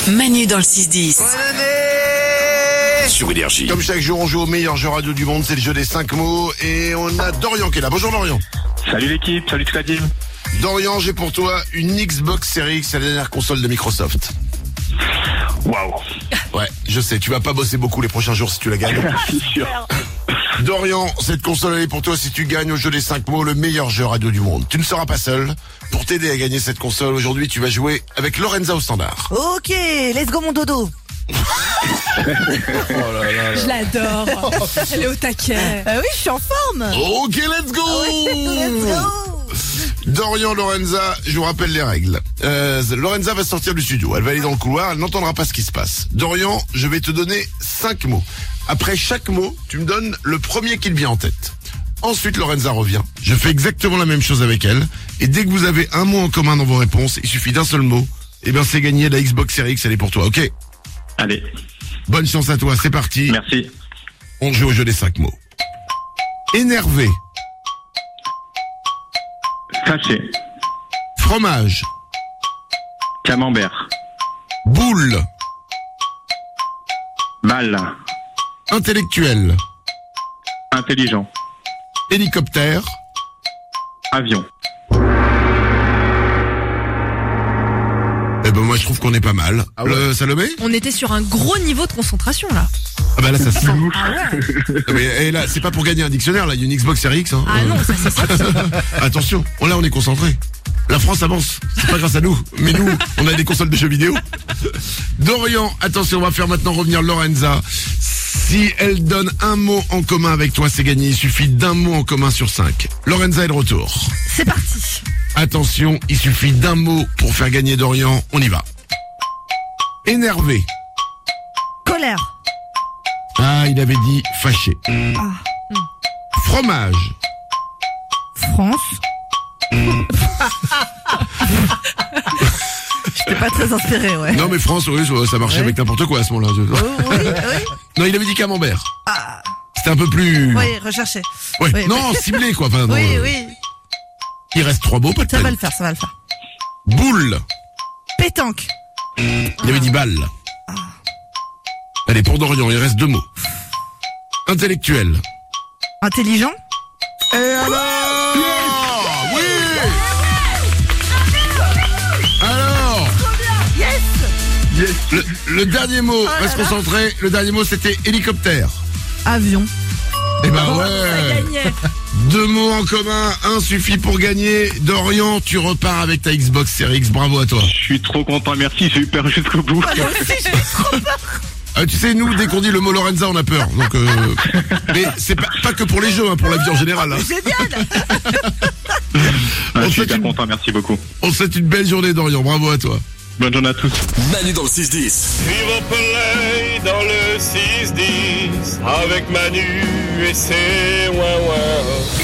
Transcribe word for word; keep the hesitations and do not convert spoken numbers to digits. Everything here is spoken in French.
Manu dans le six dix. Bonne année Sur Énergie. Comme chaque jour, on joue au meilleur jeu radio du monde, c'est le jeu des cinq mots. Et on a Dorian qui est là. Bonjour Dorian. Salut l'équipe, salut toute la team. Dorian, j'ai pour toi une Xbox Series X, c'est la dernière console de Microsoft. Waouh. Ouais, je sais, tu vas pas bosser beaucoup les prochains jours si tu la gagnes. C'est sûr. Dorian, cette console elle est pour toi si tu gagnes au jeu des cinq mots, le meilleur jeu radio du monde. Tu ne seras pas seul. Pour t'aider à gagner cette console, aujourd'hui tu vas jouer avec Lorenza au standard. Ok, let's go mon dodo. Je l'adore. Elle est au taquet. Ah oui, je suis en forme. Ok, let's go, Let's go. Dorian, Lorenza, je vous rappelle les règles. Euh, Lorenza va sortir du studio, elle va aller dans le couloir, elle n'entendra pas ce qui se passe. Dorian, je vais te donner cinq mots. Après chaque mot, tu me donnes le premier qui te vient en tête. Ensuite, Lorenza revient. Je fais exactement la même chose avec elle. Et dès que vous avez un mot en commun dans vos réponses, il suffit d'un seul mot. Et bien c'est gagné, la Xbox Series X, elle est pour toi, ok? Allez, Bonne chance à toi, c'est parti. merci. On joue au jeu des cinq mots. Énervé, Fâché, fromage, camembert, boule, mal, intellectuel, intelligent, hélicoptère, avion. eh ben moi je trouve qu'on est pas mal. Le Salomé? On était sur un gros niveau de concentration là. Ah bah là ça se sent. Ah ouais. Ah, mais eh, là, c'est pas pour gagner un dictionnaire, là, il y a une Xbox Series X. Hein. Ah non, ça c'est ça. Attention, oh, là on est concentré. La France avance, c'est pas grâce à nous, mais nous, on a des consoles de jeux vidéo. Dorian, attention, on va faire maintenant revenir Lorenza. Si elle donne un mot en commun avec toi, c'est gagné. Il suffit d'un mot en commun sur cinq. Lorenza est de retour. C'est parti. Attention, il suffit d'un mot pour faire gagner Dorian. On y va. Énervé. Colère. Ah, il avait dit fâché. Fromage. France. J'étais pas très inspiré, ouais. Non mais France, oui, ça marchait Ouais. avec n'importe quoi à ce moment-là. Oh, oui, oui. Non, il avait dit camembert. Ah, C'était un peu plus... oui, recherché. Ouais. oui, Non, ciblé quoi. Enfin, non, Oui, euh, oui. Il reste trois mots, pas de Ça va peine. le faire, ça va le faire. Boule. Pétanque. Il avait dit balle. Allez, pour Dorian, il reste deux mots. Intellectuel. Intelligent. Et alors? Oui. Alors, Yes. le, le dernier mot, là reste là. concentré, le dernier mot c'était hélicoptère. Avion. Eh ben Ça ouais. gagnait. Deux mots en commun, un suffit pour gagner. Dorian, tu repars avec ta Xbox Series X, bravo à toi. Je suis trop content, merci, j'ai eu peur jusqu'au bout. Moi aussi, j'ai eu trop peur. Ah, tu sais, nous, dès qu'on dit le mot Lorenza, on a peur. Donc, euh... mais c'est pas, pas que pour les jeux, hein, pour la vie en général. Hein. Génial. Ah, On je suis souhaite hyper une- content, merci beaucoup. On te souhaite une belle journée, Dorian. Bravo à toi. Bonne journée à tous. Manu dans le six dix. Vive Play dans le six dix avec Manu et ses ouin ouin.